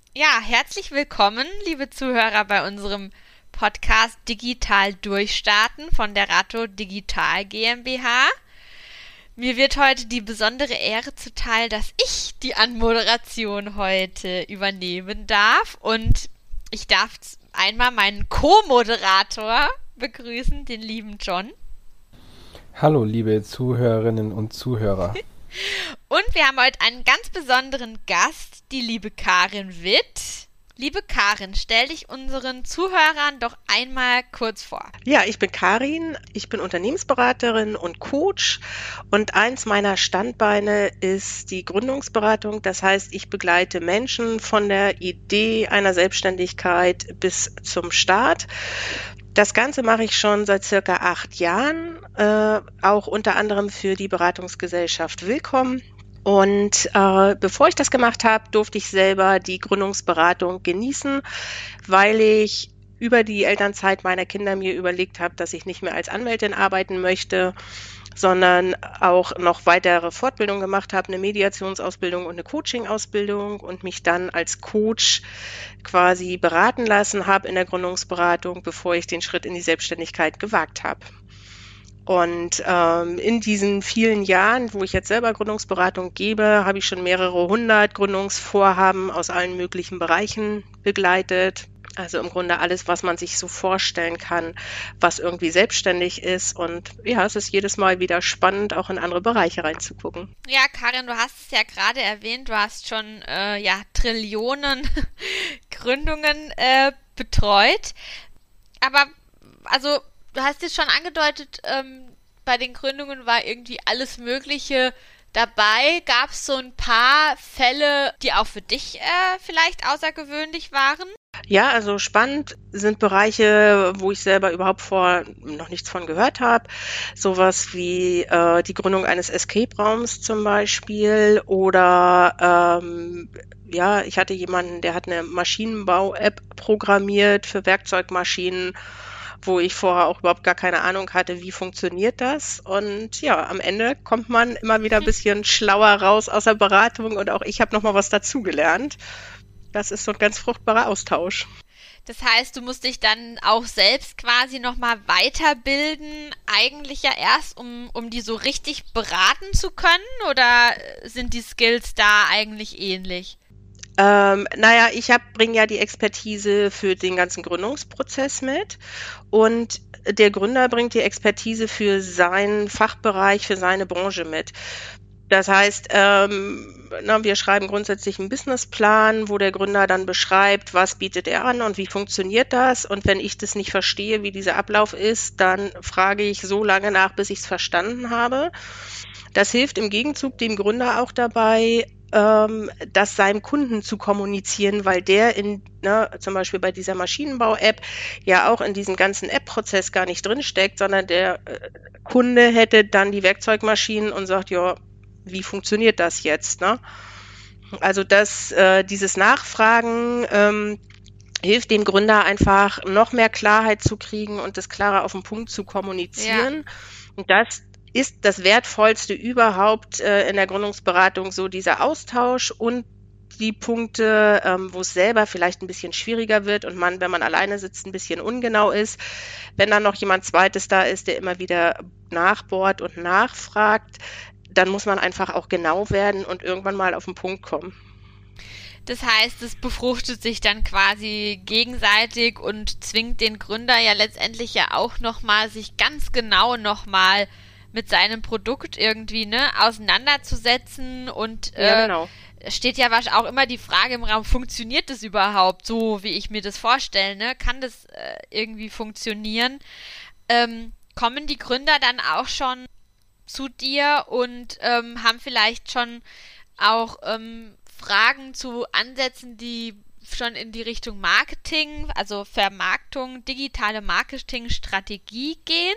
Ja, herzlich willkommen, liebe Zuhörer, bei unserem Podcast Digital Durchstarten von der Ratto Digital GmbH. Mir wird heute die besondere Ehre zuteil, dass ich die Anmoderation heute übernehmen darf und ich darf einmal meinen Co-Moderator begrüßen, den lieben John. Hallo, liebe Zuhörerinnen und Zuhörer. Und wir haben heute einen ganz besonderen Gast, die liebe Karin Witt. Liebe Karin, stell dich unseren Zuhörern doch einmal kurz vor. Ja, ich bin Karin, ich bin Unternehmensberaterin und Coach und eins meiner Standbeine ist die Gründungsberatung. Das heißt, ich begleite Menschen von der Idee einer Selbstständigkeit bis zum Start. Das Ganze mache ich schon seit circa 8 Jahren, auch unter anderem für die Beratungsgesellschaft Willkommen. Und bevor ich das gemacht habe, durfte ich selber die Gründungsberatung genießen, weil ich über die Elternzeit meiner Kinder mir überlegt habe, dass ich nicht mehr als Anwältin arbeiten möchte, sondern auch noch weitere Fortbildung gemacht habe, eine Mediationsausbildung und eine Coaching-Ausbildung und mich dann als Coach quasi beraten lassen habe in der Gründungsberatung, bevor ich den Schritt in die Selbstständigkeit gewagt habe. Und in diesen vielen Jahren, wo ich jetzt selber Gründungsberatung gebe, habe ich schon mehrere 100 Gründungsvorhaben aus allen möglichen Bereichen begleitet. Also im Grunde alles, was man sich so vorstellen kann, was irgendwie selbstständig ist. Und ja, es ist jedes Mal wieder spannend, auch in andere Bereiche reinzugucken. Ja, Karin, du hast es ja gerade erwähnt, du hast schon Trillionen Gründungen betreut. Aber also du hast jetzt schon angedeutet, bei den Gründungen war irgendwie alles Mögliche dabei. Gab es so ein paar Fälle, die auch für dich vielleicht außergewöhnlich waren? Ja, also spannend sind Bereiche, wo ich selber überhaupt noch nichts von gehört habe. Sowas wie die Gründung eines Escape-Raums zum Beispiel oder ich hatte jemanden, der hat eine Maschinenbau-App programmiert für Werkzeugmaschinen, wo ich vorher auch überhaupt gar keine Ahnung hatte, wie funktioniert das. Und ja, am Ende kommt man immer wieder ein bisschen schlauer raus aus der Beratung und auch ich habe nochmal was dazugelernt. Das ist so ein ganz fruchtbarer Austausch. Das heißt, du musst dich dann auch selbst quasi nochmal weiterbilden, eigentlich ja erst, um die so richtig beraten zu können? Oder sind die Skills da eigentlich ähnlich? Ich bringe ja die Expertise für den ganzen Gründungsprozess mit und der Gründer bringt die Expertise für seinen Fachbereich, für seine Branche mit. Das heißt, wir schreiben grundsätzlich einen Businessplan, wo der Gründer dann beschreibt, was bietet er an und wie funktioniert das. Und wenn ich das nicht verstehe, wie dieser Ablauf ist, dann frage ich so lange nach, bis ich es verstanden habe. Das hilft im Gegenzug dem Gründer auch dabei, das seinem Kunden zu kommunizieren, weil der zum Beispiel bei dieser Maschinenbau-App ja auch in diesem ganzen App-Prozess gar nicht drinsteckt, sondern der Kunde hätte dann die Werkzeugmaschinen und sagt, ja, wie funktioniert das jetzt? Ne? Also dieses Nachfragen hilft dem Gründer einfach noch mehr Klarheit zu kriegen und das klarer auf den Punkt zu kommunizieren. Ja. Und das ist das Wertvollste überhaupt in der Gründungsberatung, so dieser Austausch und die Punkte, wo es selber vielleicht ein bisschen schwieriger wird und man, wenn man alleine sitzt, ein bisschen ungenau ist. Wenn dann noch jemand Zweites da ist, der immer wieder nachbohrt und nachfragt, dann muss man einfach auch genau werden und irgendwann mal auf den Punkt kommen. Das heißt, es befruchtet sich dann quasi gegenseitig und zwingt den Gründer ja letztendlich ja auch nochmal, sich ganz genau nochmal mit seinem Produkt irgendwie auseinanderzusetzen und genau. Steht ja auch immer die Frage im Raum, funktioniert das überhaupt so, wie ich mir das vorstelle, ne? Kann das irgendwie funktionieren? Kommen die Gründer dann auch schon zu dir und haben vielleicht schon auch Fragen zu Ansätzen, die schon in die Richtung Marketing, also Vermarktung, digitale Marketingstrategie gehen?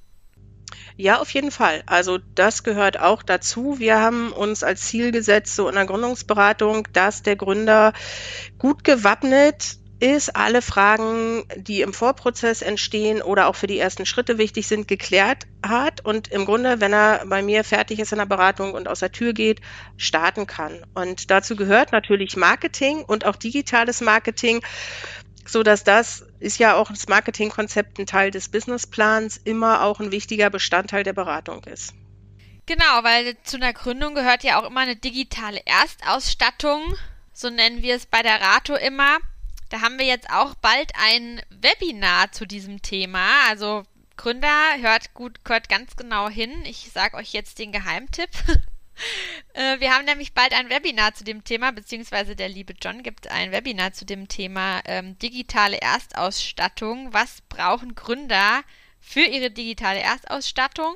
Ja, auf jeden Fall. Also das gehört auch dazu. Wir haben uns als Ziel gesetzt, so in der Gründungsberatung, dass der Gründer gut gewappnet ist, alle Fragen, die im Vorprozess entstehen oder auch für die ersten Schritte wichtig sind, geklärt hat und im Grunde, wenn er bei mir fertig ist in der Beratung und aus der Tür geht, starten kann. Und dazu gehört natürlich Marketing und auch digitales Marketing, so dass das ist ja auch das Marketingkonzept ein Teil des Businessplans, immer auch ein wichtiger Bestandteil der Beratung ist. Genau, weil zu einer Gründung gehört ja auch immer eine digitale Erstausstattung, so nennen wir es bei der Rato immer. Da haben wir jetzt auch bald ein Webinar zu diesem Thema. Also Gründer, hört ganz genau hin. Ich sage euch jetzt den Geheimtipp. Wir haben nämlich bald ein Webinar zu dem Thema, beziehungsweise der liebe John gibt ein Webinar zu dem Thema digitale Erstausstattung. Was brauchen Gründer für ihre digitale Erstausstattung?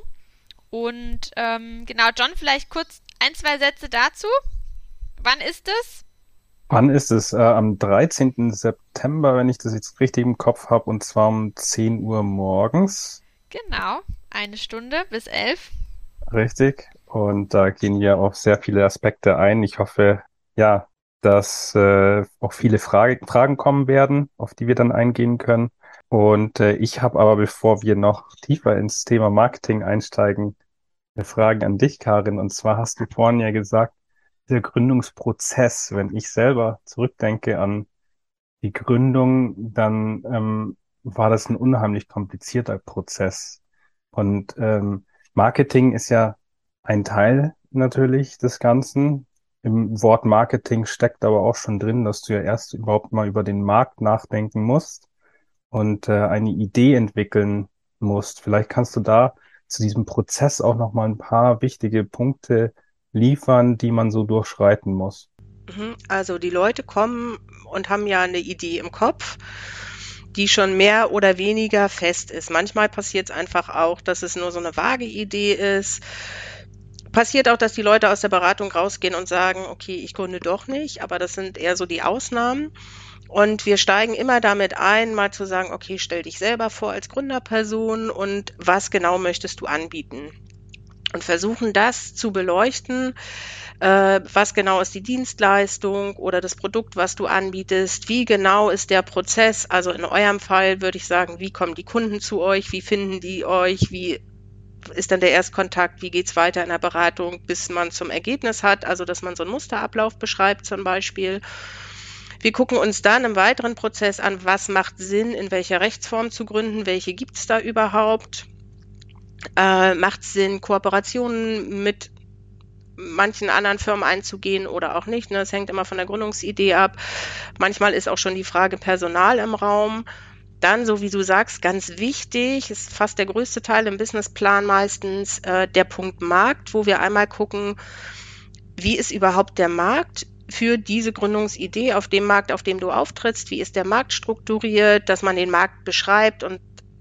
Und genau, John, vielleicht kurz 1, 2 Sätze dazu. Wann ist es? Wann ist es? Am 13. September, wenn ich das jetzt richtig im Kopf habe, und zwar um 10 Uhr morgens. Genau, 1 Stunde bis 11. Richtig. Und da gehen wir auf sehr viele Aspekte ein. Ich hoffe, ja, dass auch viele Fragen kommen werden, auf die wir dann eingehen können. Und ich habe aber, bevor wir noch tiefer ins Thema Marketing einsteigen, eine Frage an dich, Karin. Und zwar hast du vorhin ja gesagt, der Gründungsprozess, wenn ich selber zurückdenke an die Gründung, dann war das ein unheimlich komplizierter Prozess. Und Marketing ist ja ein Teil natürlich des Ganzen. Im Wort Marketing steckt aber auch schon drin, dass du ja erst überhaupt mal über den Markt nachdenken musst und eine Idee entwickeln musst. Vielleicht kannst du da zu diesem Prozess auch noch mal ein paar wichtige Punkte liefern, die man so durchschreiten muss. Also die Leute kommen und haben ja eine Idee im Kopf, die schon mehr oder weniger fest ist. Manchmal passiert es einfach auch, dass es nur so eine vage Idee ist. Passiert auch, dass die Leute aus der Beratung rausgehen und sagen, okay, ich gründe doch nicht, aber das sind eher so die Ausnahmen. Und wir steigen immer damit ein, mal zu sagen, okay, stell dich selber vor als Gründerperson und was genau möchtest du anbieten? Und versuchen das zu beleuchten, was genau ist die Dienstleistung oder das Produkt, was du anbietest, wie genau ist der Prozess, also in eurem Fall würde ich sagen, wie kommen die Kunden zu euch, wie finden die euch, wie ist dann der Erstkontakt, wie geht's weiter in der Beratung, bis man zum Ergebnis hat, also dass man so einen Musterablauf beschreibt zum Beispiel. Wir gucken uns dann im weiteren Prozess an, was macht Sinn, in welcher Rechtsform zu gründen, welche gibt's da überhaupt. Macht es Sinn, Kooperationen mit manchen anderen Firmen einzugehen oder auch nicht? Ne? Das hängt immer von der Gründungsidee ab. Manchmal ist auch schon die Frage Personal im Raum. Dann, so wie du sagst, ganz wichtig, ist fast der größte Teil im Businessplan meistens der Punkt Markt, wo wir einmal gucken, wie ist überhaupt der Markt für diese Gründungsidee auf dem Markt, auf dem du auftrittst? Wie ist der Markt strukturiert, dass man den Markt beschreibt und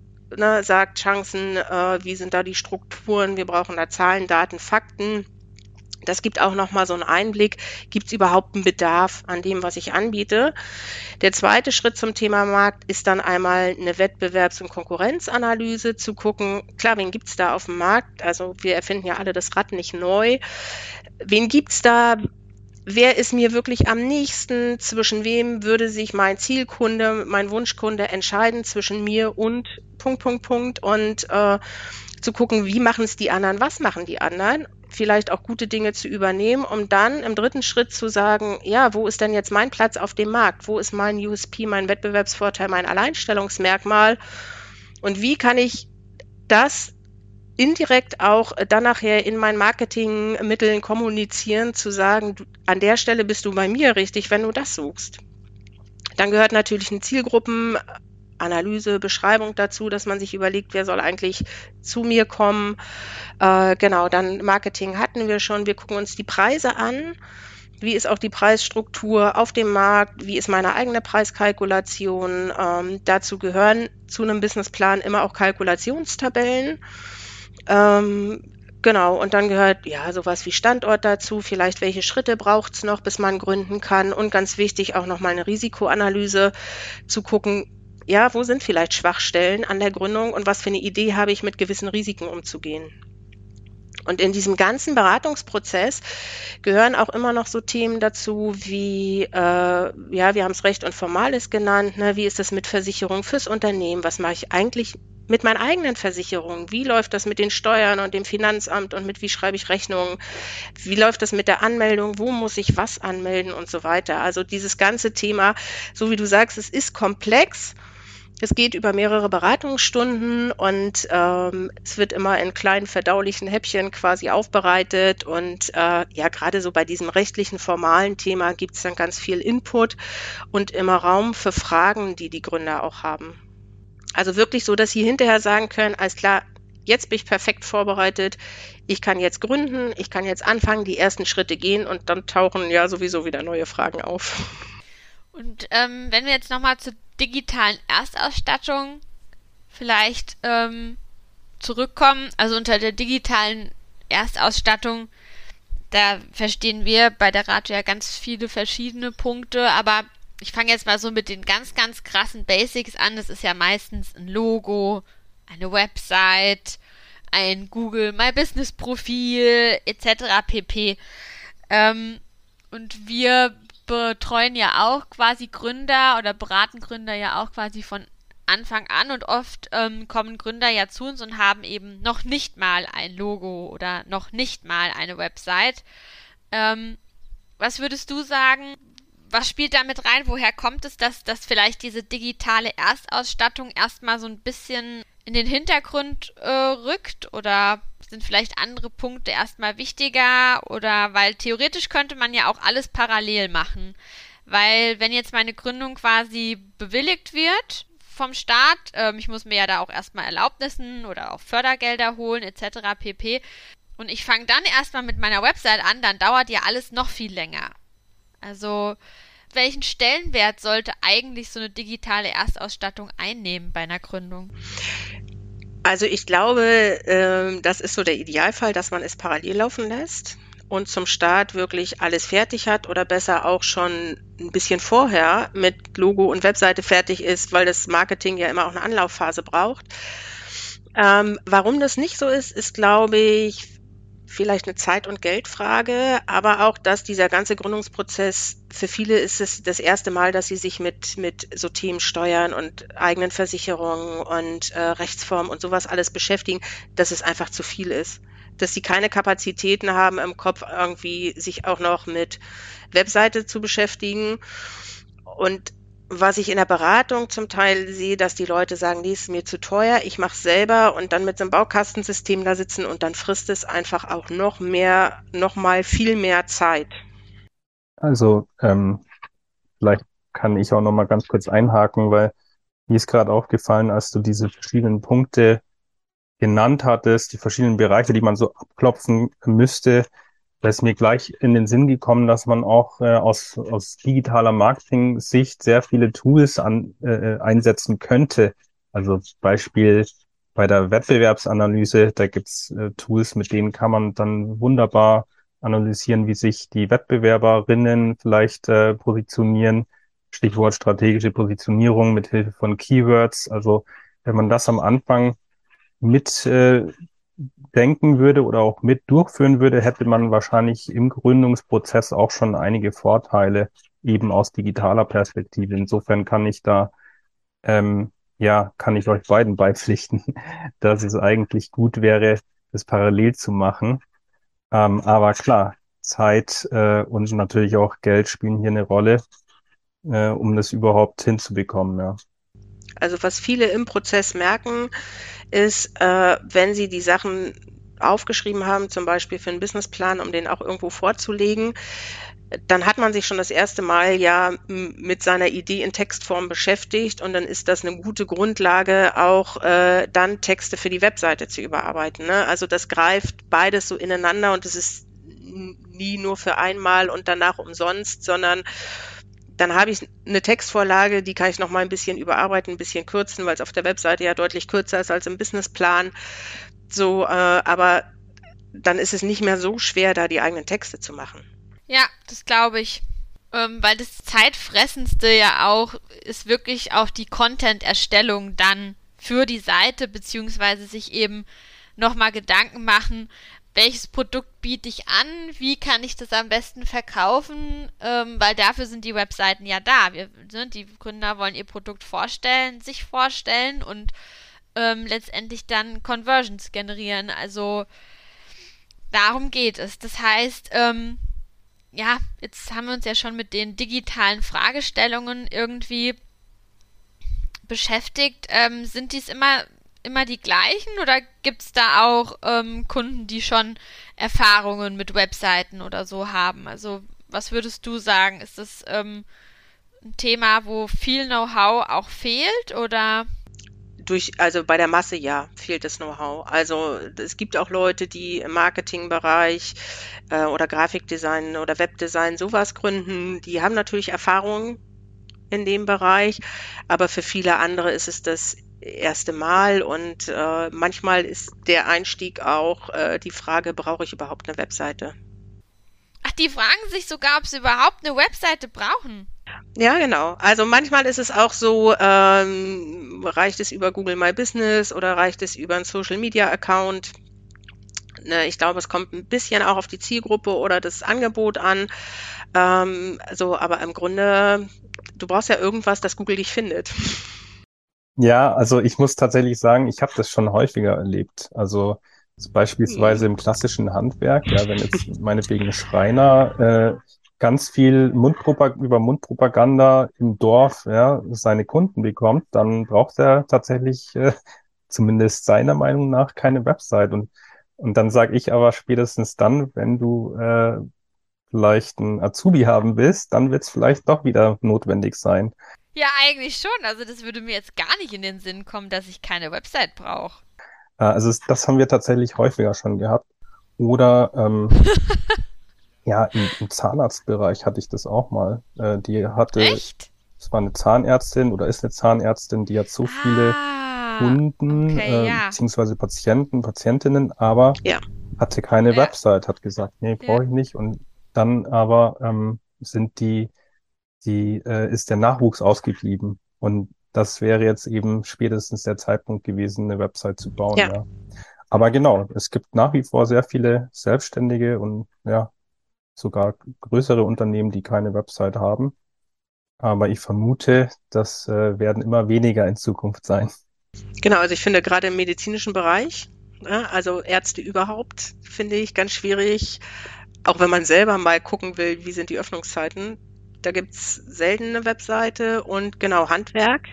sagt Chancen, wie sind da die Strukturen, wir brauchen da Zahlen, Daten, Fakten. Das gibt auch nochmal so einen Einblick, gibt es überhaupt einen Bedarf an dem, was ich anbiete. Der zweite Schritt zum Thema Markt ist dann einmal eine Wettbewerbs- und Konkurrenzanalyse, zu gucken, klar, wen gibt es da auf dem Markt? Also wir erfinden ja alle das Rad nicht neu. Wen gibt es da? Wer ist mir wirklich am nächsten? Zwischen wem würde sich mein Zielkunde, mein Wunschkunde entscheiden? Zwischen mir und ... Und zu gucken, wie machen es die anderen? Was machen die anderen? Vielleicht auch gute Dinge zu übernehmen, um dann im dritten Schritt zu sagen, ja, wo ist denn jetzt mein Platz auf dem Markt? Wo ist mein USP, mein Wettbewerbsvorteil, mein Alleinstellungsmerkmal? Und wie kann ich das indirekt auch dann nachher in meinen Marketingmitteln kommunizieren, zu sagen, an der Stelle bist du bei mir richtig, wenn du das suchst. Dann gehört natürlich eine Zielgruppenanalyse, Beschreibung dazu, dass man sich überlegt, wer soll eigentlich zu mir kommen. Genau, dann Marketing hatten wir schon. Wir gucken uns die Preise an. Wie ist auch die Preisstruktur auf dem Markt? Wie ist meine eigene Preiskalkulation? Dazu gehören zu einem Businessplan immer auch Kalkulationstabellen. Genau, und dann gehört ja sowas wie Standort dazu, vielleicht welche Schritte braucht es noch, bis man gründen kann und ganz wichtig auch nochmal eine Risikoanalyse zu gucken, ja, wo sind vielleicht Schwachstellen an der Gründung und was für eine Idee habe ich mit gewissen Risiken umzugehen. Und in diesem ganzen Beratungsprozess gehören auch immer noch so Themen dazu wie, ja, wir haben es Recht und Formales genannt, ne? Wie ist das mit Versicherung fürs Unternehmen? Was mache ich eigentlich mit meinen eigenen Versicherungen? Wie läuft das mit den Steuern und dem Finanzamt und wie schreibe ich Rechnungen? Wie läuft das mit der Anmeldung? Wo muss ich was anmelden und so weiter? Also dieses ganze Thema, so wie du sagst, es ist komplex. Es geht über mehrere Beratungsstunden und es wird immer in kleinen verdaulichen Häppchen quasi aufbereitet und ja, gerade so bei diesem rechtlichen, formalen Thema gibt es dann ganz viel Input und immer Raum für Fragen, die die Gründer auch haben. Also wirklich so, dass sie hinterher sagen können, alles klar, jetzt bin ich perfekt vorbereitet, ich kann jetzt gründen, ich kann jetzt anfangen, die ersten Schritte gehen und dann tauchen ja sowieso wieder neue Fragen auf. Und wenn wir jetzt nochmal zur digitalen Erstausstattung vielleicht zurückkommen, also unter der digitalen Erstausstattung, da verstehen wir bei der Ratio ja ganz viele verschiedene Punkte, aber ich fange jetzt mal so mit den ganz, ganz krassen Basics an. Das ist ja meistens ein Logo, eine Website, ein Google My Business Profil etc. pp. Und wir betreuen ja auch quasi Gründer oder beraten Gründer ja auch quasi von Anfang an und oft kommen Gründer ja zu uns und haben eben noch nicht mal ein Logo oder noch nicht mal eine Website. Was würdest du sagen, was spielt damit rein? Woher kommt es, dass vielleicht diese digitale Erstausstattung erstmal so ein bisschen in den Hintergrund rückt? Oder sind vielleicht andere Punkte erstmal wichtiger? Oder weil theoretisch könnte man ja auch alles parallel machen. Weil wenn jetzt meine Gründung quasi bewilligt wird vom Staat, ich muss mir ja da auch erstmal Erlaubnissen oder auch Fördergelder holen etc. pp. Und ich fange dann erstmal mit meiner Website an, dann dauert ja alles noch viel länger. Also, welchen Stellenwert sollte eigentlich so eine digitale Erstausstattung einnehmen bei einer Gründung? Also ich glaube, das ist so der Idealfall, dass man es parallel laufen lässt und zum Start wirklich alles fertig hat oder besser auch schon ein bisschen vorher mit Logo und Webseite fertig ist, weil das Marketing ja immer auch eine Anlaufphase braucht. Warum das nicht so ist, ist, glaube ich, vielleicht eine Zeit- und Geldfrage, aber auch, dass dieser ganze Gründungsprozess, für viele ist es das erste Mal, dass sie sich mit so Themen Steuern und eigenen Versicherungen und Rechtsform und sowas alles beschäftigen, dass es einfach zu viel ist. Dass sie keine Kapazitäten haben im Kopf, irgendwie sich auch noch mit Webseite zu beschäftigen. Und was ich in der Beratung zum Teil sehe, dass die Leute sagen, nee, ist mir zu teuer, ich mache es selber und dann mit so einem Baukastensystem da sitzen und dann frisst es einfach auch noch mal viel mehr Zeit. Also vielleicht kann ich auch noch mal ganz kurz einhaken, weil mir ist gerade aufgefallen, als du diese verschiedenen Punkte genannt hattest, die verschiedenen Bereiche, die man so abklopfen müsste, da ist mir gleich in den Sinn gekommen, dass man auch aus digitaler Marketing-Sicht sehr viele Tools einsetzen könnte. Also Beispiel bei der Wettbewerbsanalyse, da gibt's Tools, mit denen kann man dann wunderbar analysieren, wie sich die Wettbewerberinnen vielleicht positionieren. Stichwort strategische Positionierung mit Hilfe von Keywords. Also wenn man das am Anfang mit denken würde oder auch mit durchführen würde, hätte man wahrscheinlich im Gründungsprozess auch schon einige Vorteile eben aus digitaler Perspektive. Insofern kann ich da, kann ich euch beiden beipflichten, dass es eigentlich gut wäre, das parallel zu machen. Aber klar, Zeit und natürlich auch Geld spielen hier eine Rolle, um das überhaupt hinzubekommen, ja. Also was viele im Prozess merken, ist, wenn sie die Sachen aufgeschrieben haben, zum Beispiel für einen Businessplan, um den auch irgendwo vorzulegen, dann hat man sich schon das erste Mal ja mit seiner Idee in Textform beschäftigt und dann ist das eine gute Grundlage, auch dann Texte für die Webseite zu überarbeiten. Ne? Also das greift beides so ineinander und es ist nie nur für einmal und danach umsonst, sondern dann habe ich eine Textvorlage, die kann ich noch mal ein bisschen überarbeiten, ein bisschen kürzen, weil es auf der Webseite ja deutlich kürzer ist als im Businessplan. So, aber dann ist es nicht mehr so schwer, da die eigenen Texte zu machen. Ja, das glaube ich. Weil das Zeitfressendste ja auch ist wirklich auch die Content-Erstellung dann für die Seite, beziehungsweise sich eben nochmal Gedanken machen, welches Produkt biete ich an, wie kann ich das am besten verkaufen, weil dafür sind die Webseiten ja da. Die Gründer wollen ihr Produkt vorstellen, sich vorstellen und letztendlich dann Conversions generieren. Also darum geht es. Das heißt, jetzt haben wir uns ja schon mit den digitalen Fragestellungen irgendwie beschäftigt. Sind dies immer die gleichen oder gibt es da auch Kunden, die schon Erfahrungen mit Webseiten oder so haben? Also was würdest du sagen? Ist das ein Thema, wo viel Know-how auch fehlt oder? Also bei der Masse fehlt das Know-how. Also es gibt auch Leute, die im Marketingbereich oder Grafikdesign oder Webdesign sowas gründen. Die haben natürlich Erfahrungen in dem Bereich, aber für viele andere ist es das erste Mal und manchmal ist der Einstieg auch die Frage, brauche ich überhaupt eine Webseite? Ach, die fragen sich sogar, ob sie überhaupt eine Webseite brauchen. Ja, genau. Also manchmal ist es auch so, reicht es über Google My Business oder reicht es über einen Social Media Account? Ne, ich glaube, es kommt ein bisschen auch auf die Zielgruppe oder das Angebot an. Aber im Grunde, du brauchst ja irgendwas, dass Google dich findet. Ja, also ich muss tatsächlich sagen, ich habe das schon häufiger erlebt. Also beispielsweise im klassischen Handwerk, ja, wenn jetzt meinetwegen ein Schreiner ganz viel über Mundpropaganda im Dorf seine Kunden bekommt, dann braucht er tatsächlich zumindest seiner Meinung nach keine Website. Und dann sage ich aber spätestens dann, wenn du vielleicht einen Azubi haben willst, dann wird es vielleicht doch wieder notwendig sein. Ja, eigentlich schon. Also das würde mir jetzt gar nicht in den Sinn kommen, dass ich keine Website brauche. Also das haben wir tatsächlich häufiger schon gehabt. Oder im Zahnarztbereich hatte ich das auch mal. Die hatte, Echt? es war eine Zahnärztin oder ist eine Zahnärztin, die hat so viele Kunden, beziehungsweise Patientinnen, aber hatte keine Website, hat gesagt, nee, brauche ich nicht. Und dann aber ist der Nachwuchs ausgeblieben. Und das wäre jetzt eben spätestens der Zeitpunkt gewesen, eine Website zu bauen. Ja. Aber genau, es gibt nach wie vor sehr viele Selbstständige und sogar größere Unternehmen, die keine Website haben. Aber ich vermute, das werden immer weniger in Zukunft sein. Genau, also ich finde gerade im medizinischen Bereich, also Ärzte überhaupt, finde ich ganz schwierig, auch wenn man selber mal gucken will, wie sind die Öffnungszeiten. Da gibt's selten eine Webseite und genau Handwerk.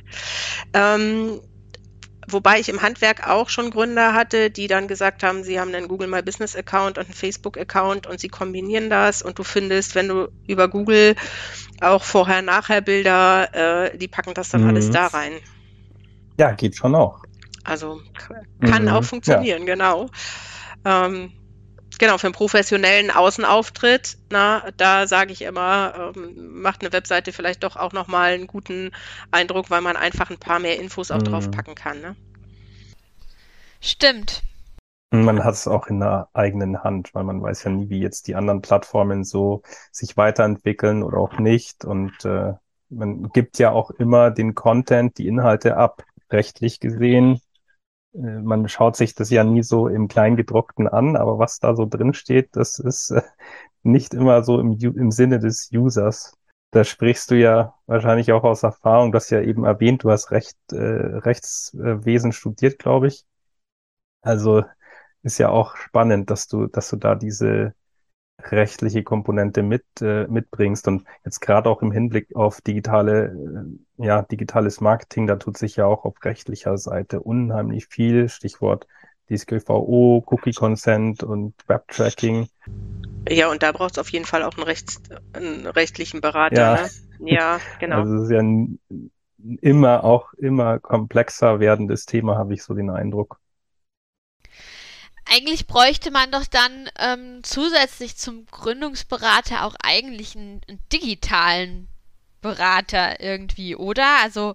Wobei ich im Handwerk auch schon Gründer hatte, die dann gesagt haben, sie haben einen Google My Business Account und einen Facebook Account und sie kombinieren das und du findest, wenn du über Google auch Vorher-Nachher-Bilder, die packen das dann alles da rein. Ja, geht schon auch. Also kann auch funktionieren, genau. Genau, für einen professionellen Außenauftritt, da sage ich immer, macht eine Webseite vielleicht doch auch nochmal einen guten Eindruck, weil man einfach ein paar mehr Infos auch draufpacken kann. Ne? Stimmt. Man hat es auch in der eigenen Hand, weil man weiß ja nie, wie jetzt die anderen Plattformen so sich weiterentwickeln oder auch nicht. Und man gibt ja auch immer den Content, die Inhalte ab, rechtlich gesehen. Man schaut sich das ja nie so im Kleingedruckten an, aber was da so drin steht, das ist nicht immer so im Sinne des Users. Da sprichst du ja wahrscheinlich auch aus Erfahrung, du hast ja eben erwähnt, du hast Rechtswesen studiert, glaube ich. Also ist ja auch spannend, dass du da diese rechtliche Komponente mitbringst und jetzt gerade auch im Hinblick auf digitales Marketing, da tut sich ja auch auf rechtlicher Seite unheimlich viel, Stichwort DSGVO, Cookie Consent und Web-Tracking. Ja, und da braucht es auf jeden Fall auch einen rechtlichen Berater. Ne? Ja, genau. Also es ist ja immer komplexer werdendes Thema, habe ich so den Eindruck. Eigentlich bräuchte man doch dann zusätzlich zum Gründungsberater auch eigentlich einen digitalen Berater irgendwie, oder? Also,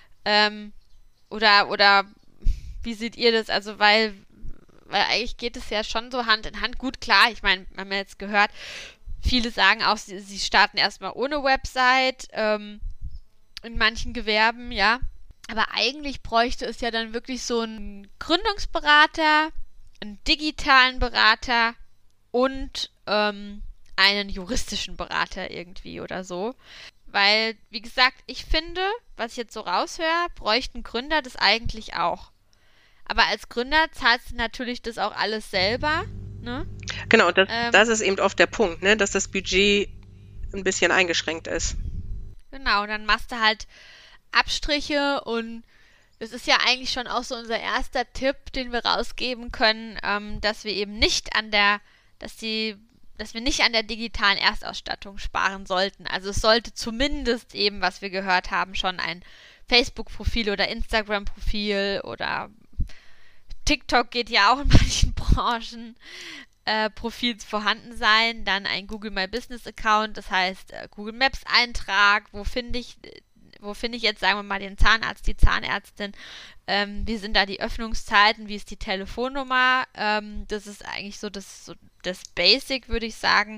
oder wie seht ihr das? Also, weil eigentlich geht es ja schon so Hand in Hand. Gut, klar, ich meine, wir haben ja jetzt gehört, viele sagen auch, sie starten erstmal ohne Website, in manchen Gewerben, ja. Aber eigentlich bräuchte es ja dann wirklich so einen Gründungsberater, einen digitalen Berater und einen juristischen Berater irgendwie oder so. Weil, wie gesagt, ich finde, was ich jetzt so raushöre, bräuchten Gründer das eigentlich auch. Aber als Gründer zahlst du natürlich das auch alles selber, ne? Genau, das ist eben oft der Punkt, ne, dass das Budget ein bisschen eingeschränkt ist. Genau, dann machst du halt Abstriche und das ist ja eigentlich schon auch so unser erster Tipp, den wir rausgeben können, dass wir eben nicht dass wir nicht an der digitalen Erstausstattung sparen sollten. Also es sollte zumindest eben, was wir gehört haben, schon ein Facebook-Profil oder Instagram-Profil oder TikTok geht ja auch in manchen Branchen, Profil vorhanden sein. Dann ein Google My Business Account, das heißt Google Maps Eintrag, wo finde ich jetzt, sagen wir mal, den Zahnarzt, die Zahnärztin, wie sind da die Öffnungszeiten, wie ist die Telefonnummer, das ist eigentlich so das Basic, würde ich sagen,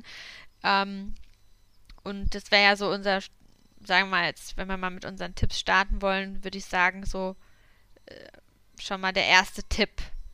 und das wäre ja so unser, sagen wir mal jetzt, wenn wir mal mit unseren Tipps starten wollen, würde ich sagen, so schon mal der erste Tipp.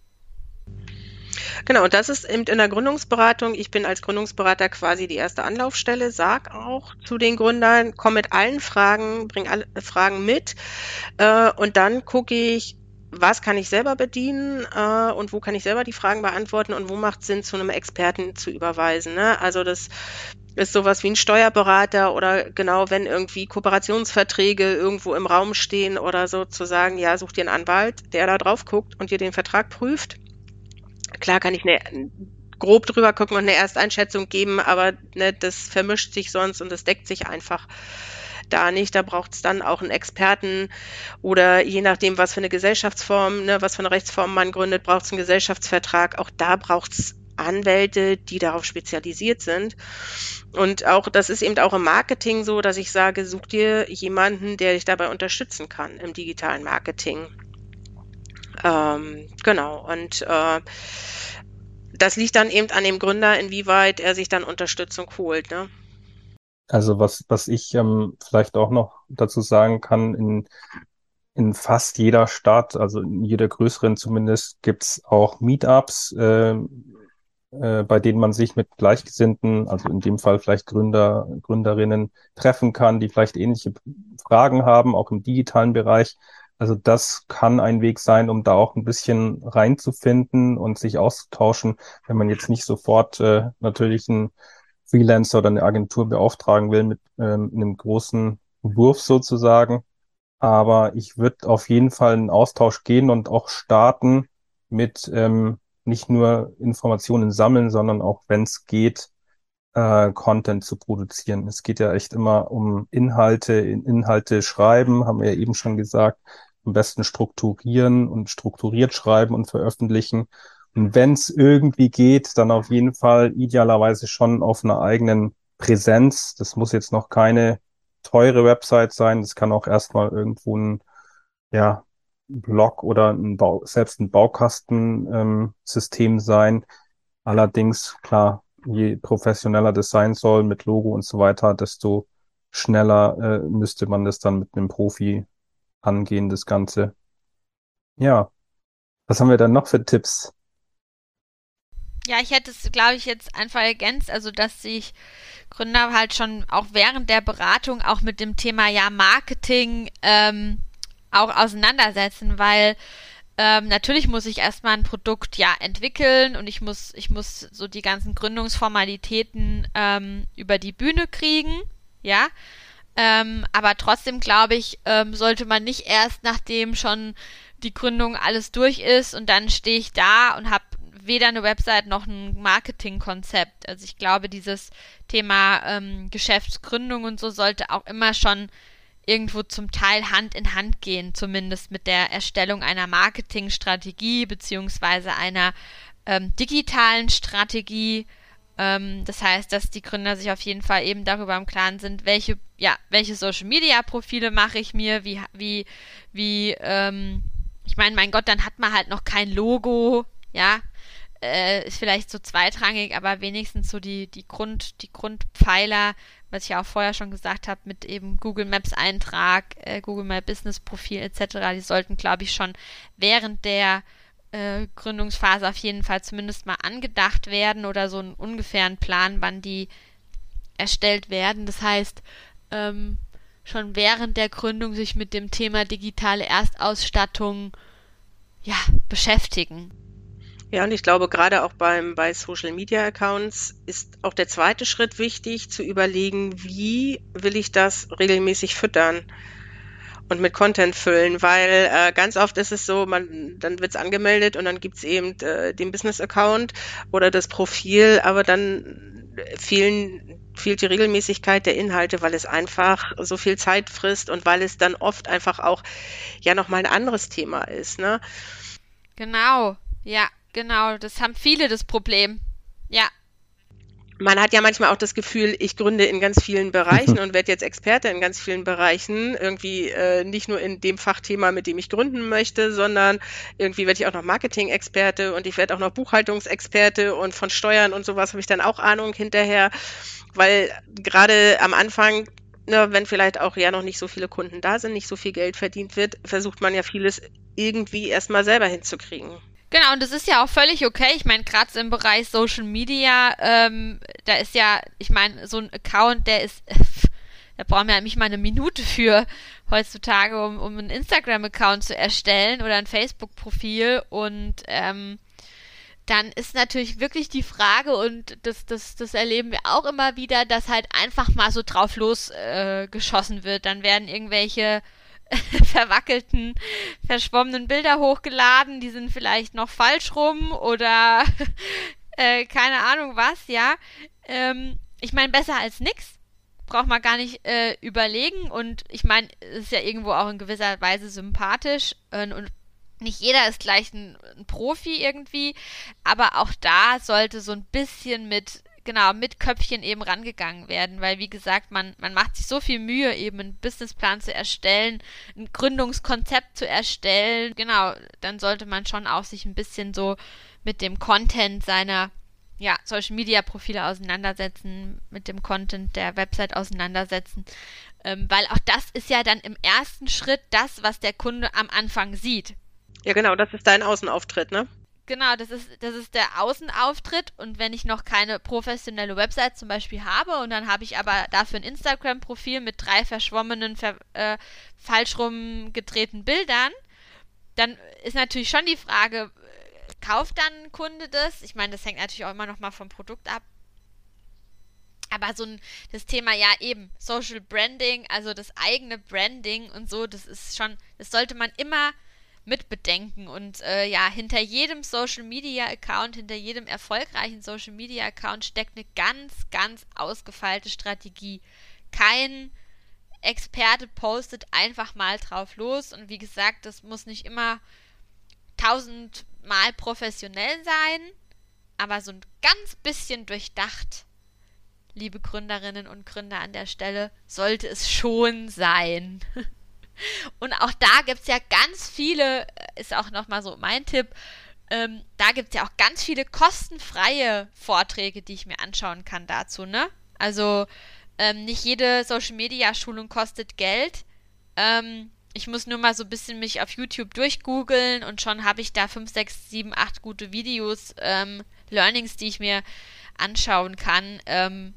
Genau, und das ist eben in der Gründungsberatung. Ich bin als Gründungsberater quasi die erste Anlaufstelle, sag auch zu den Gründern, komm mit allen Fragen, bring alle Fragen mit und dann gucke ich, was kann ich selber bedienen und wo kann ich selber die Fragen beantworten und wo macht es Sinn, zu einem Experten zu überweisen. Ne? Also das ist sowas wie ein Steuerberater oder genau, wenn irgendwie Kooperationsverträge irgendwo im Raum stehen oder so, zu sagen, ja, such dir einen Anwalt, der da drauf guckt und dir den Vertrag prüft. Klar kann ich grob drüber gucken und eine Ersteinschätzung geben, aber ne, das vermischt sich sonst und das deckt sich einfach da nicht. Da braucht es dann auch einen Experten oder je nachdem, was für eine Gesellschaftsform, ne, was für eine Rechtsform man gründet, braucht es einen Gesellschaftsvertrag. Auch da braucht es Anwälte, die darauf spezialisiert sind. Und auch, das ist eben auch im Marketing so, dass ich sage, such dir jemanden, der dich dabei unterstützen kann im digitalen Marketing. Genau, und das liegt dann eben an dem Gründer, inwieweit er sich dann Unterstützung holt, ne? Also was ich vielleicht auch noch dazu sagen kann, in fast jeder Stadt, also in jeder größeren zumindest, gibt's auch Meetups, bei denen man sich mit Gleichgesinnten, also in dem Fall vielleicht Gründerinnen treffen kann, die vielleicht ähnliche Fragen haben, auch im digitalen Bereich. Also das kann ein Weg sein, um da auch ein bisschen reinzufinden und sich auszutauschen, wenn man jetzt nicht sofort natürlich einen Freelancer oder eine Agentur beauftragen will mit einem großen Wurf sozusagen. Aber ich würde auf jeden Fall in Austausch gehen und auch starten mit nicht nur Informationen sammeln, sondern auch, wenn es geht, Content zu produzieren. Es geht ja echt immer um Inhalte schreiben, haben wir ja eben schon gesagt. Am besten strukturieren und strukturiert schreiben und veröffentlichen. Und wenn es irgendwie geht, dann auf jeden Fall idealerweise schon auf einer eigenen Präsenz. Das muss jetzt noch keine teure Website sein. Das kann auch erstmal irgendwo ein, ja, Blog oder selbst ein Baukastensystem sein. Allerdings, klar, je professioneller das sein soll mit Logo und so weiter, desto schneller müsste man das dann mit einem Profi angehen, das Ganze. Ja, was haben wir dann noch für Tipps? Ja, ich hätte es, glaube ich, jetzt einfach ergänzt, also dass sich Gründer halt schon auch während der Beratung auch mit dem Thema Marketing auch auseinandersetzen, weil natürlich muss ich erstmal ein Produkt entwickeln und ich muss so die ganzen Gründungsformalitäten über die Bühne kriegen, ja. Aber trotzdem glaube ich, sollte man nicht erst, nachdem schon die Gründung alles durch ist und dann stehe ich da und habe weder eine Website noch ein Marketingkonzept. Also ich glaube, dieses Thema Geschäftsgründung und so sollte auch immer schon irgendwo zum Teil Hand in Hand gehen, zumindest mit der Erstellung einer Marketingstrategie beziehungsweise einer digitalen Strategie. Das heißt, dass die Gründer sich auf jeden Fall eben darüber im Klaren sind, welche Social-Media-Profile mache ich mir, ich meine, mein Gott, dann hat man halt noch kein Logo, ja, ist vielleicht so zweitrangig, aber wenigstens so die Grundpfeiler, was ich ja auch vorher schon gesagt habe, mit eben Google Maps Eintrag, Google My Business Profil etc., die sollten, glaube ich, schon während der Gründungsphase auf jeden Fall zumindest mal angedacht werden oder so einen ungefähren Plan, wann die erstellt werden. Das heißt, schon während der Gründung sich mit dem Thema digitale Erstausstattung beschäftigen. Ja, und ich glaube, gerade auch bei Social Media Accounts ist auch der zweite Schritt wichtig, zu überlegen, wie will ich das regelmäßig füttern und mit Content füllen, weil ganz oft ist es so, dann wird es angemeldet und dann gibt es eben den Business-Account oder das Profil, aber dann fehlt die Regelmäßigkeit der Inhalte, weil es einfach so viel Zeit frisst und weil es dann oft einfach auch nochmal ein anderes Thema ist, ne? Genau, ja, genau, das haben viele das Problem, ja. Man hat ja manchmal auch das Gefühl, ich gründe in ganz vielen Bereichen und werde jetzt Experte in ganz vielen Bereichen, irgendwie nicht nur in dem Fachthema, mit dem ich gründen möchte, sondern irgendwie werde ich auch noch Marketing-Experte und ich werde auch noch Buchhaltungsexperte und von Steuern und sowas habe ich dann auch Ahnung hinterher, weil gerade am Anfang, wenn vielleicht auch noch nicht so viele Kunden da sind, nicht so viel Geld verdient wird, versucht man ja vieles irgendwie erstmal selber hinzukriegen. Genau, und das ist ja auch völlig okay. Ich meine, gerade im Bereich Social Media, da ist ja, ich meine, so ein Account, da brauchen wir ja nicht mal eine Minute für heutzutage, um einen Instagram-Account zu erstellen oder ein Facebook-Profil. Und dann ist natürlich wirklich die Frage, und das erleben wir auch immer wieder, dass halt einfach mal so drauf losgeschossen wird. Dann werden irgendwelche verwackelten, verschwommenen Bilder hochgeladen, die sind vielleicht noch falsch rum oder keine Ahnung was, ja. Ich meine, besser als nix, braucht man gar nicht überlegen, und ich meine, es ist ja irgendwo auch in gewisser Weise sympathisch, und nicht jeder ist gleich ein Profi irgendwie, aber auch da sollte so ein bisschen mit Köpfchen eben rangegangen werden, weil, wie gesagt, man macht sich so viel Mühe, eben einen Businessplan zu erstellen, ein Gründungskonzept zu erstellen. Genau, dann sollte man schon auch sich ein bisschen so mit dem Content seiner Social-Media-Profile auseinandersetzen, mit dem Content der Website auseinandersetzen, weil auch das ist ja dann im ersten Schritt das, was der Kunde am Anfang sieht. Ja, genau, das ist dein Außenauftritt, ne? Genau, das ist der Außenauftritt, und wenn ich noch keine professionelle Website zum Beispiel habe und dann habe ich aber dafür ein Instagram-Profil mit 3 verschwommenen, falsch rumgedrehten Bildern, dann ist natürlich schon die Frage, kauft dann ein Kunde das? Ich meine, das hängt natürlich auch immer noch mal vom Produkt ab. Aber das Thema eben Social Branding, also das eigene Branding und so, das sollte man immer mit bedenken, und hinter jedem Social Media Account, hinter jedem erfolgreichen Social Media Account steckt eine ganz, ganz ausgefeilte Strategie. Kein Experte postet einfach mal drauf los, und wie gesagt, das muss nicht immer 1000-mal professionell sein, aber so ein ganz bisschen durchdacht, liebe Gründerinnen und Gründer an der Stelle, sollte es schon sein. Und auch da gibt es ja ganz viele, ist auch nochmal so mein Tipp, da gibt es ja auch ganz viele kostenfreie Vorträge, die ich mir anschauen kann dazu, ne? Also nicht jede Social-Media-Schulung kostet Geld. Ich muss nur mal so ein bisschen mich auf YouTube durchgoogeln, und schon habe ich da 5, 6, 7, 8 gute Videos, Learnings, die ich mir anschauen kann.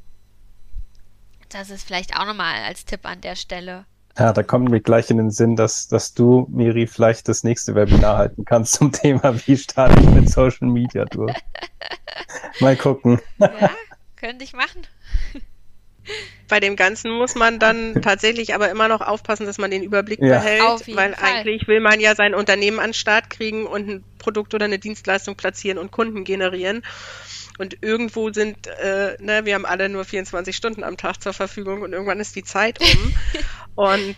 Das ist vielleicht auch nochmal als Tipp an der Stelle. Ja, da kommt mir gleich in den Sinn, dass du, Miri, vielleicht das nächste Webinar halten kannst zum Thema, wie starte ich mit Social Media durch. Mal gucken. Ja, könnte ich machen. Bei dem Ganzen muss man dann tatsächlich aber immer noch aufpassen, dass man den Überblick behält, weil eigentlich will man ja sein Unternehmen an den Start kriegen und ein Produkt oder eine Dienstleistung platzieren und Kunden generieren. Und irgendwo sind, wir haben alle nur 24 Stunden am Tag zur Verfügung, und irgendwann ist die Zeit um. Und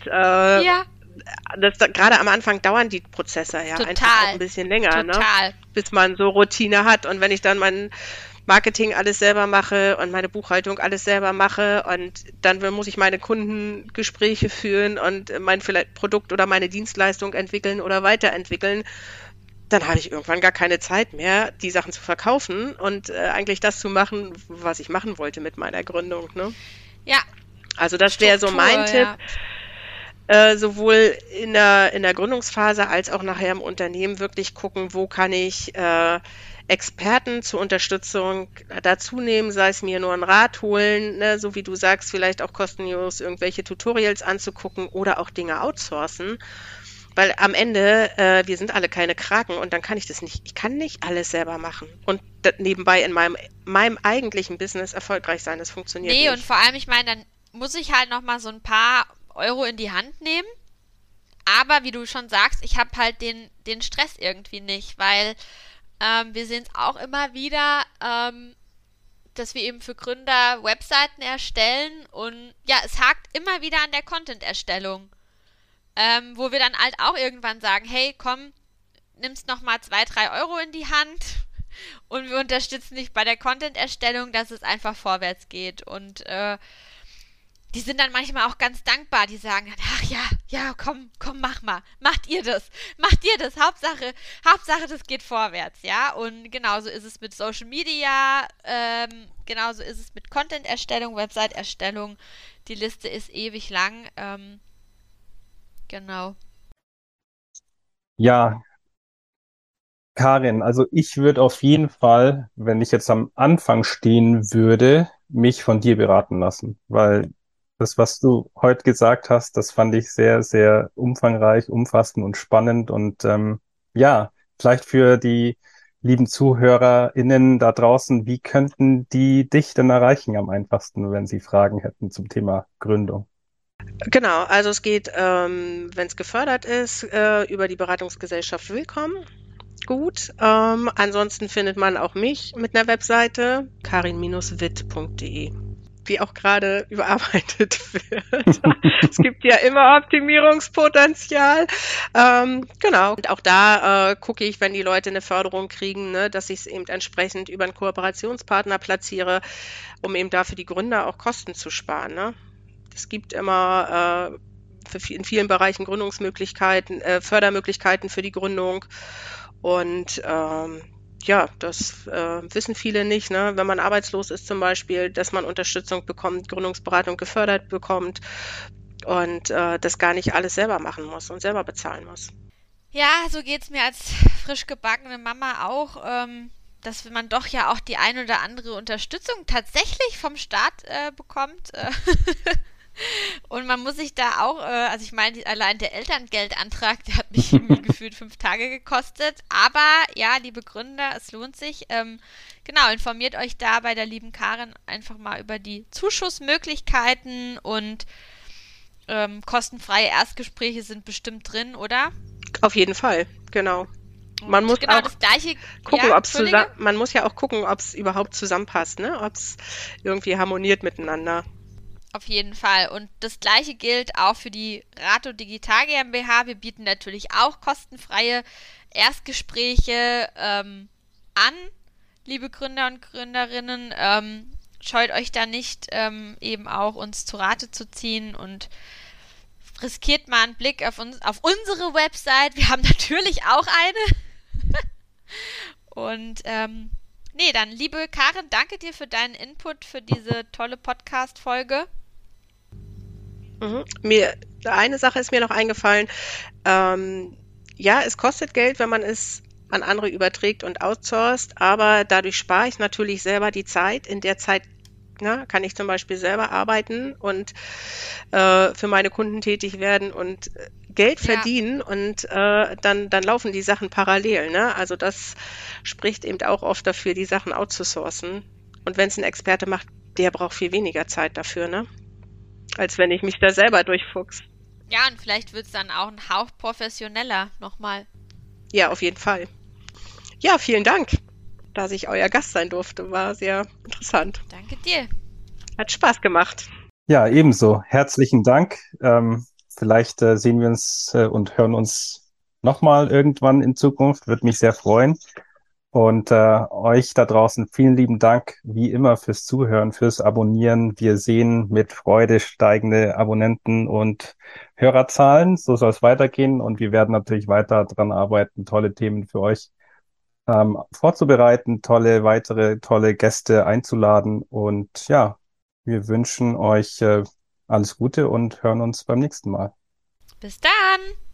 gerade am Anfang dauern die Prozesse einfach auch ein bisschen länger, ne? Bis man so Routine hat. Und wenn ich dann mein Marketing alles selber mache und meine Buchhaltung alles selber mache, und dann muss ich meine Kundengespräche führen und mein vielleicht Produkt oder meine Dienstleistung entwickeln oder weiterentwickeln, dann habe ich irgendwann gar keine Zeit mehr, die Sachen zu verkaufen und eigentlich das zu machen, was ich machen wollte mit meiner Gründung, ne? Ja. Also das wäre so mein Tipp. sowohl in der Gründungsphase als auch nachher im Unternehmen wirklich gucken, wo kann ich Experten zur Unterstützung dazu nehmen, sei es mir nur ein Rat holen, ne, so wie du sagst, vielleicht auch kostenlos irgendwelche Tutorials anzugucken oder auch Dinge outsourcen. Weil am Ende, wir sind alle keine Kraken und dann kann ich das nicht. Ich kann nicht alles selber machen und nebenbei in meinem eigentlichen Business erfolgreich sein. Das funktioniert Nee, nicht. und vor allem, ich meine, dann muss ich halt nochmal so ein paar Euro in die Hand nehmen. Aber wie du schon sagst, ich habe halt den Stress irgendwie nicht, weil wir sehen es auch immer wieder, dass wir eben für Gründer Webseiten erstellen und ja, es hakt immer wieder an der Content-Erstellung. Wo wir dann halt auch irgendwann sagen, hey, komm, nimmst nochmal 2, 3 Euro in die Hand und wir unterstützen dich bei der Content-Erstellung, dass es einfach vorwärts geht. Und die sind dann manchmal auch ganz dankbar. Die sagen dann, ach ja, ja, komm, mach mal. Macht ihr das. Hauptsache, das geht vorwärts, ja. Und genauso ist es mit Social Media, genauso ist es mit Content-Erstellung, Website-Erstellung. Die Liste ist ewig lang. Genau. Ja, Karin, also ich würde auf jeden Fall, wenn ich jetzt am Anfang stehen würde, mich von dir beraten lassen, weil das, was du heute gesagt hast, das fand ich sehr, sehr umfangreich, umfassend und spannend und ja, vielleicht für die lieben ZuhörerInnen da draußen, wie könnten die dich denn erreichen am einfachsten, wenn sie Fragen hätten zum Thema Gründung? Genau, also es geht, wenn es gefördert ist, über die Beratungsgesellschaft Willkommen. Gut. Ansonsten findet man auch mich mit einer Webseite, karin-witt.de, die auch gerade überarbeitet wird. Es gibt ja immer Optimierungspotenzial. Genau. Und auch da gucke ich, wenn die Leute eine Förderung kriegen, ne, dass ich es eben entsprechend über einen Kooperationspartner platziere, um eben da für die Gründer auch Kosten zu sparen. Ne? Es gibt immer in vielen Bereichen Gründungsmöglichkeiten, Fördermöglichkeiten für die Gründung. Und ja, das wissen viele nicht, ne? Wenn man arbeitslos ist zum Beispiel, dass man Unterstützung bekommt, Gründungsberatung gefördert bekommt und das gar nicht alles selber machen muss und selber bezahlen muss. Ja, so geht's mir als frisch gebackene Mama auch, dass man doch ja auch die ein oder andere Unterstützung tatsächlich vom Staat bekommt. Und man muss sich da auch, also ich meine, allein der Elterngeldantrag, der hat mich irgendwie gefühlt 5 Tage gekostet. Aber ja, liebe Gründer, es lohnt sich. Genau, informiert euch da bei der lieben Karin einfach mal über die Zuschussmöglichkeiten und kostenfreie Erstgespräche sind bestimmt drin, oder? Auf jeden Fall, genau. Man Und muss genau auch das gleiche. gucken, Ja, ob es Entschuldige? man muss ja auch gucken, ob es überhaupt zusammenpasst, ne? Ob es irgendwie harmoniert miteinander. Auf jeden Fall. Und das gleiche gilt auch für die Rato Digital GmbH. Wir bieten natürlich auch kostenfreie Erstgespräche an, liebe Gründer und Gründerinnen. Scheut euch da nicht, eben auch uns zu Rate zu ziehen und riskiert mal einen Blick auf unsere Website. Wir haben natürlich auch eine. Und nee, dann liebe Karin, danke dir für deinen Input, für diese tolle Podcast-Folge. Eine Sache ist mir noch eingefallen. Ja, es kostet Geld, wenn man es an andere überträgt und outsourced, aber dadurch spare ich natürlich selber die Zeit. In der Zeit kann ich zum Beispiel selber arbeiten und für meine Kunden tätig werden und Geld Ja. verdienen und dann laufen die Sachen parallel. Ne? Also das spricht eben auch oft dafür, die Sachen outzusourcen. Und wenn es ein Experte macht, der braucht viel weniger Zeit dafür, ne? Als wenn ich mich da selber durchfuchs. Ja, und vielleicht wird es dann auch ein Hauch professioneller nochmal. Ja, auf jeden Fall. Ja, vielen Dank, dass ich euer Gast sein durfte. War sehr interessant. Danke dir. Hat Spaß gemacht. Ja, ebenso. Herzlichen Dank. Vielleicht sehen wir uns und hören uns nochmal irgendwann in Zukunft. Würde mich sehr freuen. Und euch da draußen vielen lieben Dank, wie immer, fürs Zuhören, fürs Abonnieren. Wir sehen mit Freude steigende Abonnenten und Hörerzahlen. So soll es weitergehen. Und wir werden natürlich weiter daran arbeiten, tolle Themen für euch vorzubereiten, tolle Gäste einzuladen. Und ja, wir wünschen euch alles Gute und hören uns beim nächsten Mal. Bis dann!